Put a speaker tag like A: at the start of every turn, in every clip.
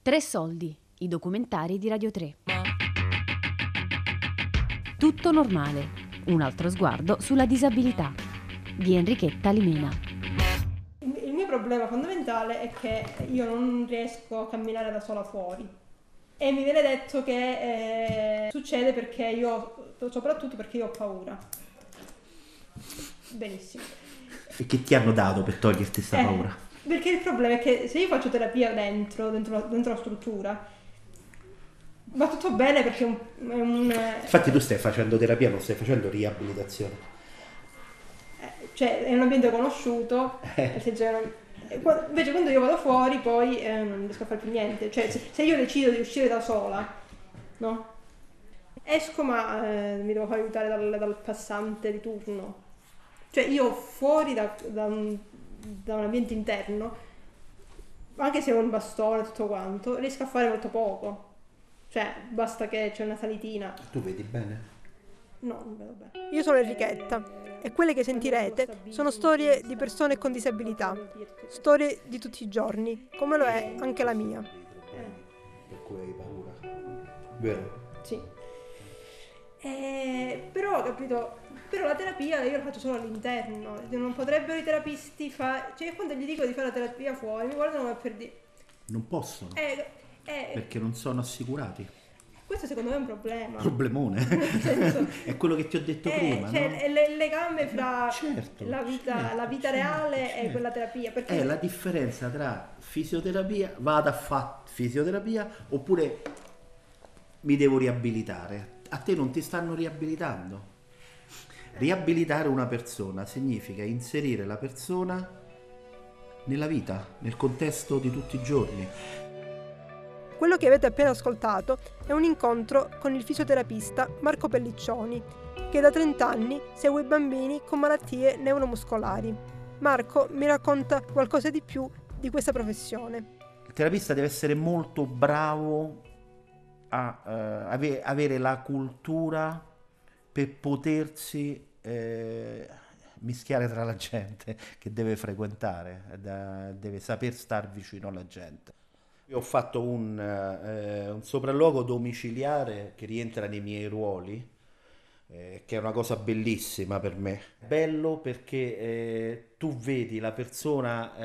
A: Tre soldi, i documentari di Radio 3. Tutto normale, un altro sguardo sulla disabilità, di Enrichetta Limena.
B: Il mio problema fondamentale è che io non riesco a camminare da sola fuori e mi viene detto che succede soprattutto perché io ho paura. Benissimo.
C: E che ti hanno dato per toglierti questa paura?
B: Perché il problema è che se io faccio terapia dentro la struttura, va tutto bene perché è un
C: Infatti tu stai facendo terapia, non stai facendo riabilitazione.
B: Cioè è un ambiente conosciuto, invece quando io vado fuori poi non riesco a fare più niente. Cioè se io decido di uscire da sola, no? Esco ma mi devo far aiutare dal passante di turno. Cioè io fuori da un ambiente interno, anche se ho un bastone e tutto quanto, riesco a fare molto poco. Cioè basta che c'è una salitina.
C: Tu vedi bene?
B: No, non vedo bene. Io sono Enrichetta e quelle che sentirete sono storie di persone con disabilità, storie di tutti i giorni, come lo è anche la mia.
C: Per cui hai paura. Vero?
B: Sì. Però, capito, però la terapia io la faccio solo all'interno, non potrebbero i terapisti fare, cioè quando gli dico di fare la terapia fuori mi guardano come per dire
C: Non possono, perché non sono assicurati.
B: questo secondo me è un problema.
C: Problemone.
B: Nel senso,
C: È quello che ti ho detto prima,
B: cioè,
C: no?
B: il legame fra la vita reale e quella terapia, perché
C: è la differenza tra fisioterapia, vado a fare fisioterapia oppure mi devo riabilitare. A te non ti stanno riabilitando. Riabilitare una persona significa inserire la persona nella vita, nel contesto di tutti i giorni.
B: quello che avete appena ascoltato è un incontro con il fisioterapista Marco Pelliccioni, che da 30 anni segue i bambini con malattie neuromuscolari. Marco mi racconta qualcosa di più di questa professione.
C: Il terapista deve essere molto bravo a avere la cultura per potersi mischiare tra la gente che deve frequentare, deve saper star vicino alla gente. Io ho fatto un sopralluogo domiciliare che rientra nei miei ruoli, che è una cosa bellissima per me. Bello perché tu vedi la persona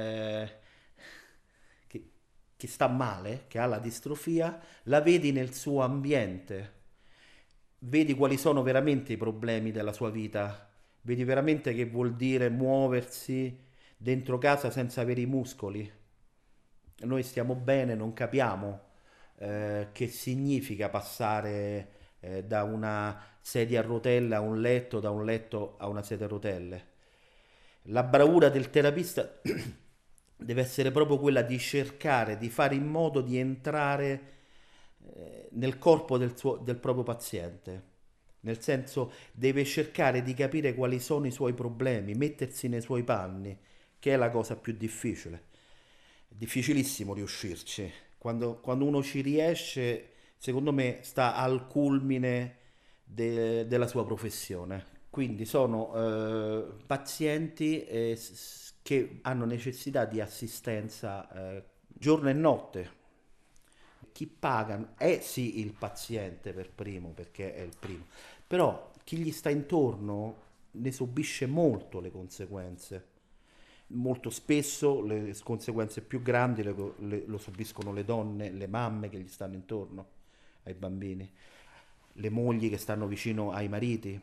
C: che sta male, che ha la distrofia, la vedi nel suo ambiente, vedi quali sono veramente i problemi della sua vita, vedi veramente che vuol dire muoversi dentro casa senza avere i muscoli. Noi stiamo bene, non capiamo che significa passare da una sedia a rotelle a un letto, da un letto a una sedia a rotelle. La bravura del terapista deve essere proprio quella di cercare di fare in modo di entrare nel corpo del proprio paziente. Nel senso, deve cercare di capire quali sono i suoi problemi, mettersi nei suoi panni, che è la cosa più difficile. È difficilissimo riuscirci. Quando uno ci riesce, secondo me, sta al culmine della sua professione. Quindi sono pazienti che hanno necessità di assistenza giorno e notte. Chi paga è sì il paziente per primo, perché è il primo, però chi gli sta intorno ne subisce molto le conseguenze. Molto spesso le conseguenze più grandi lo subiscono le donne, le mamme che gli stanno intorno ai bambini, le mogli che stanno vicino ai mariti.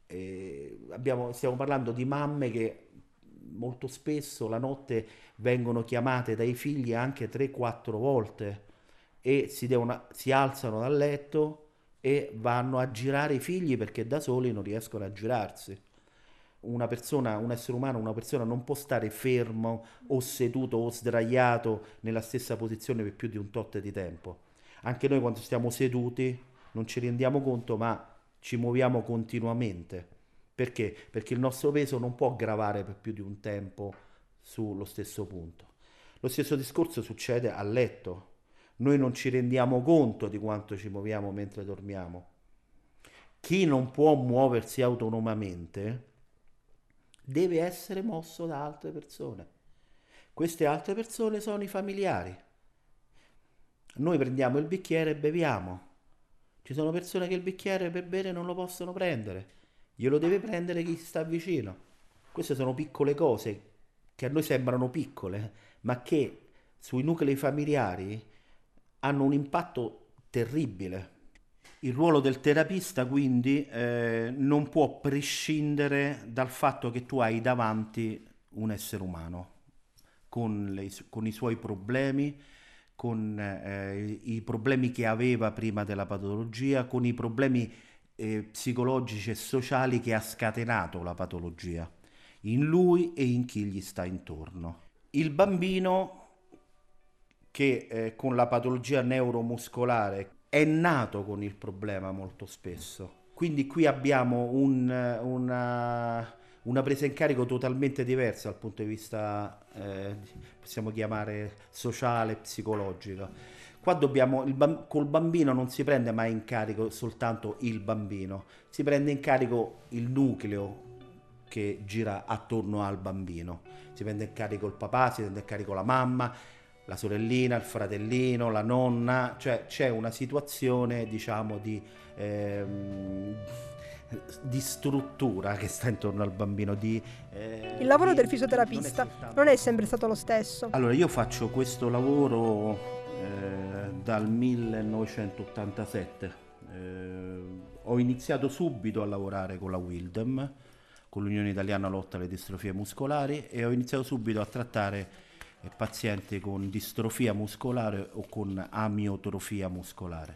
C: Stiamo parlando di mamme che molto spesso la notte vengono chiamate dai figli anche 3-4 volte e si alzano dal letto e vanno a girare i figli perché da soli non riescono a girarsi. Una persona, un essere umano, una persona non può stare fermo o seduto o sdraiato nella stessa posizione per più di un tot di tempo. Anche noi quando stiamo seduti non ci rendiamo conto, ma ci muoviamo continuamente. Perché? Perché il nostro peso non può gravare per più di un tempo sullo stesso punto. Lo stesso discorso succede a letto. Noi non ci rendiamo conto di quanto ci muoviamo mentre dormiamo. Chi non può muoversi autonomamente deve essere mosso da altre persone. Queste altre persone sono i familiari. Noi prendiamo il bicchiere e beviamo. Ci sono persone che il bicchiere per bere non lo possono prendere, glielo deve prendere chi sta vicino. Queste sono piccole cose che a noi sembrano piccole, ma che sui nuclei familiari hanno un impatto terribile. Il ruolo del terapista quindi non può prescindere dal fatto che tu hai davanti un essere umano con i suoi problemi, con i problemi che aveva prima della patologia, con i problemi psicologici e sociali che ha scatenato la patologia in lui e in chi gli sta intorno. Il bambino che con la patologia neuromuscolare è nato con il problema molto spesso. Quindi qui abbiamo una presa in carico totalmente diversa dal punto di vista, possiamo chiamare sociale, psicologico. Qua col bambino non si prende mai in carico soltanto il bambino, si prende in carico il nucleo che gira attorno al bambino. Si prende in carico il papà, si prende in carico la mamma, la sorellina, il fratellino, la nonna, cioè c'è una situazione, diciamo, di struttura che sta intorno al bambino.
B: Il lavoro del fisioterapista non è sempre stato lo stesso.
C: Allora, io faccio questo lavoro dal 1987. Ho iniziato subito a lavorare con la Wildem, con l'Unione Italiana Lotta alle Distrofie Muscolari, e ho iniziato subito a trattare pazienti con distrofia muscolare o con amiotrofia muscolare.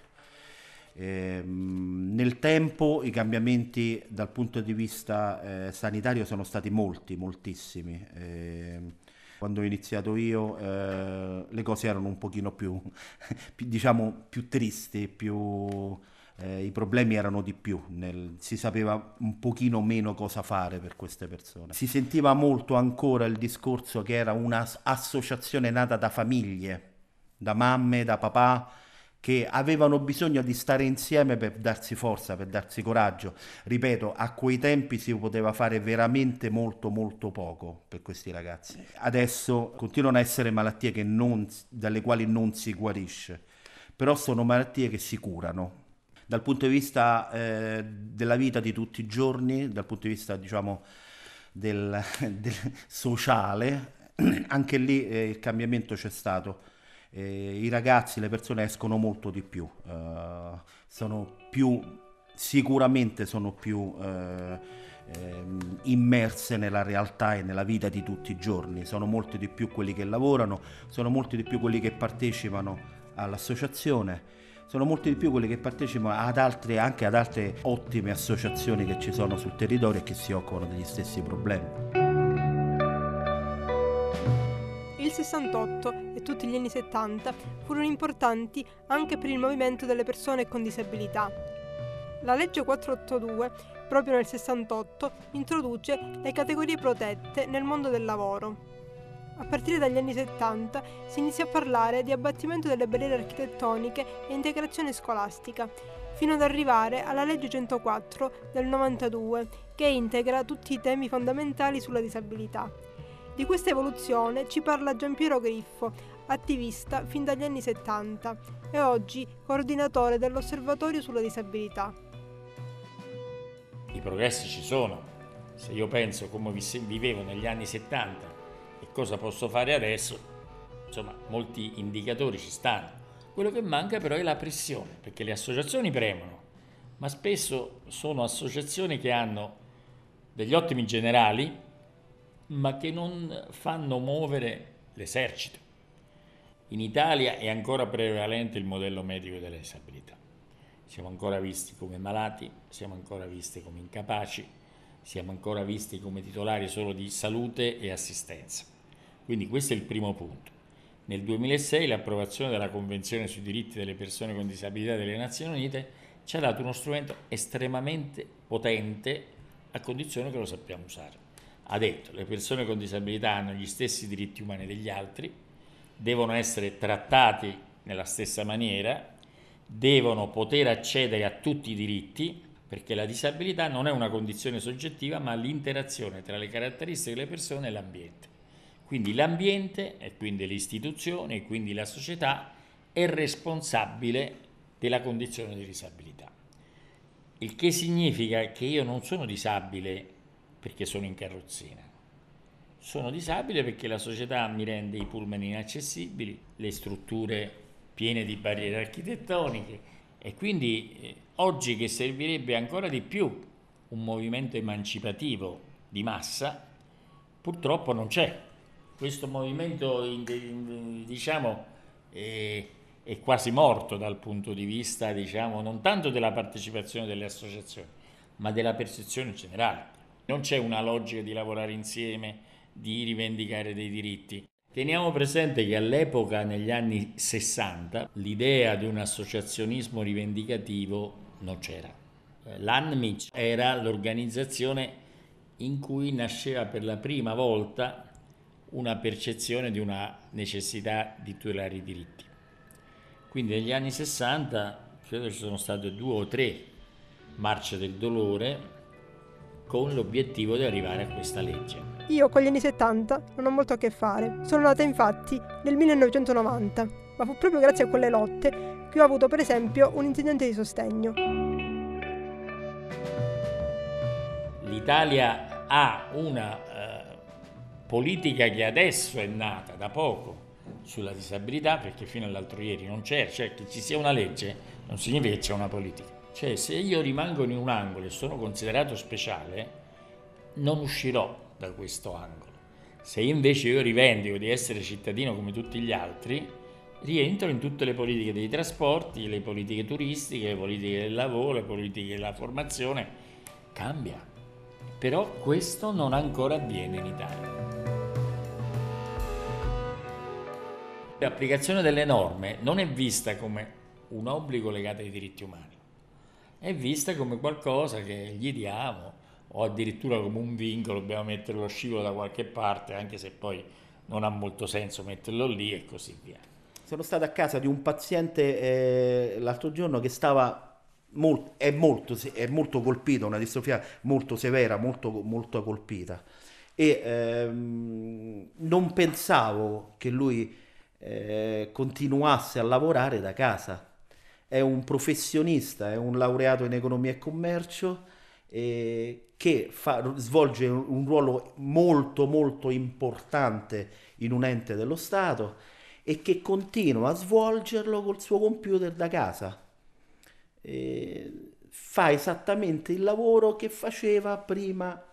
C: Nel tempo i cambiamenti dal punto di vista sanitario sono stati moltissimi. Quando ho iniziato io le cose erano un pochino più diciamo più tristi, i problemi erano di più, si sapeva un pochino meno cosa fare per queste persone. Si sentiva molto ancora il discorso che era un'associazione nata da famiglie, da mamme, da papà, che avevano bisogno di stare insieme per darsi forza, per darsi coraggio. Ripeto, a quei tempi si poteva fare veramente molto poco per questi ragazzi. Adesso continuano a essere malattie dalle quali non si guarisce, però sono malattie che si curano. Dal punto di vista della vita di tutti i giorni, dal punto di vista, diciamo, del sociale, anche lì il cambiamento c'è stato. I ragazzi, le persone escono molto di più, sicuramente sono più immerse nella realtà e nella vita di tutti i giorni. Sono molti di più quelli che lavorano, sono molti di più quelli che partecipano all'associazione. Sono molti di più quelli che partecipano anche ad altre ottime associazioni che ci sono sul territorio e che si occupano degli stessi problemi.
B: Il 68 e tutti gli anni 70 furono importanti anche per il movimento delle persone con disabilità. La legge 482, proprio nel 68, introduce le categorie protette nel mondo del lavoro. A partire dagli anni 70 si inizia a parlare di abbattimento delle barriere architettoniche e integrazione scolastica, fino ad arrivare alla legge 104 del 92, che integra tutti i temi fondamentali sulla disabilità. Di questa evoluzione ci parla Giampiero Griffo, attivista fin dagli anni 70 e oggi coordinatore dell'Osservatorio sulla disabilità.
D: I progressi ci sono. Se io penso come vivevo negli anni 70 e cosa posso fare adesso, insomma, molti indicatori ci stanno. Quello che manca però è la pressione, perché le associazioni premono, ma spesso sono associazioni che hanno degli ottimi generali, ma che non fanno muovere l'esercito. In Italia è ancora prevalente il modello medico della disabilità. Siamo ancora visti come malati, siamo ancora visti come incapaci, siamo ancora visti come titolari solo di salute e assistenza. Quindi questo è il primo punto. Nel 2006 l'approvazione della Convenzione sui diritti delle persone con disabilità delle Nazioni Unite ci ha dato uno strumento estremamente potente a condizione che lo sappiamo usare. Ha detto che le persone con disabilità hanno gli stessi diritti umani degli altri, devono essere trattati nella stessa maniera, devono poter accedere a tutti i diritti, perché la disabilità non è una condizione soggettiva, ma l'interazione tra le caratteristiche delle persone e l'ambiente. Quindi l'ambiente, e quindi le istituzioni, e quindi la società, è responsabile della condizione di disabilità. Il che significa che io non sono disabile perché sono in carrozzina. Sono disabile perché la società mi rende i pullman inaccessibili, le strutture piene di barriere architettoniche, e quindi oggi che servirebbe ancora di più un movimento emancipativo di massa, purtroppo non c'è. Questo movimento diciamo è quasi morto dal punto di vista, diciamo, non tanto della partecipazione delle associazioni, ma della percezione generale. Non c'è una logica di lavorare insieme, di rivendicare dei diritti. Teniamo presente che all'epoca, negli anni 60, l'idea di un associazionismo rivendicativo non c'era. L'ANMIC era l'organizzazione in cui nasceva per la prima volta una percezione di una necessità di tutelare i diritti. Quindi negli anni 60 credo ci sono state 2 o 3 marce del dolore con l'obiettivo di arrivare a questa legge.
B: Io con gli anni 70 non ho molto a che fare. Sono nata infatti nel 1990, ma fu proprio grazie a quelle lotte che ho avuto per esempio un insegnante di sostegno.
D: L'Italia ha una politica che adesso è nata da poco sulla disabilità, perché fino all'altro ieri non c'era. Cioè, che ci sia una legge non significa che c'è una politica. Cioè, se io rimango in un angolo e sono considerato speciale, non uscirò da questo angolo. Se invece io rivendico di essere cittadino come tutti gli altri, rientro in tutte le politiche dei trasporti, le politiche turistiche, le politiche del lavoro, le politiche della formazione. Cambia. Però questo non ancora avviene in Italia. L'applicazione delle norme non è vista come un obbligo legato ai diritti umani, è vista come qualcosa che gli diamo, o addirittura come un vincolo, dobbiamo mettere lo scivolo da qualche parte, anche se poi non ha molto senso metterlo lì e così via.
C: Sono stato a casa di un paziente l'altro giorno che stava è molto colpito, una distrofia molto severa, molto colpita, e non pensavo che lui continuasse a lavorare da casa. È un professionista, è un laureato in economia e commercio, che svolge un ruolo molto importante in un ente dello Stato e che continua a svolgerlo col suo computer da casa. Fa esattamente il lavoro che faceva prima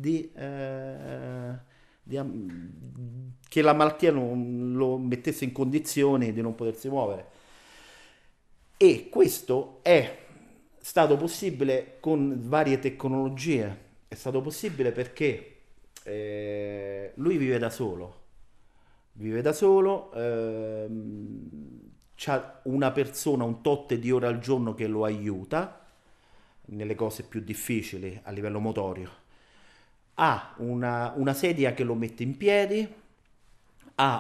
C: che la malattia non lo mettesse in condizioni di non potersi muovere. E questo è stato possibile con varie tecnologie. È stato possibile perché lui vive da solo, c'ha una persona un tot di ore al giorno che lo aiuta nelle cose più difficili a livello motorio, ha una sedia che lo mette in piedi, ha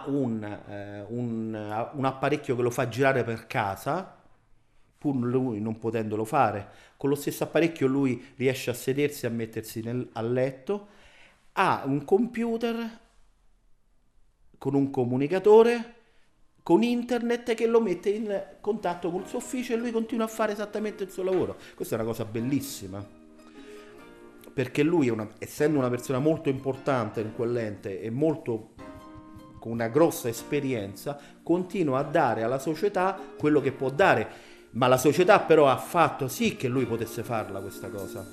C: un apparecchio che lo fa girare per casa, pur lui non potendolo fare. Con lo stesso apparecchio lui riesce a sedersi e a mettersi a letto, ha un computer con un comunicatore, con internet, che lo mette in contatto col suo ufficio e lui continua a fare esattamente il suo lavoro. Questa è una cosa bellissima, perché lui, essendo una persona molto importante in quell'ente e con una grossa esperienza, continua a dare alla società quello che può dare. Ma la società però ha fatto sì che lui potesse farla questa cosa.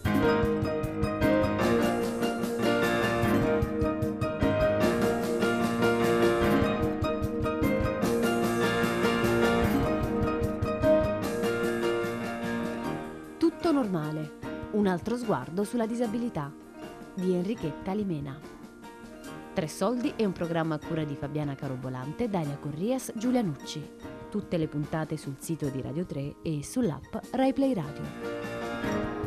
A: Tutto normale. Un altro sguardo sulla disabilità di Enrichetta Limena. 3 soldi è un programma a cura di Fabiana Carobolante, Dalia Corrias, Giulia Nucci. Tutte le puntate sul sito di Radio 3 e sull'app Rai Play Radio.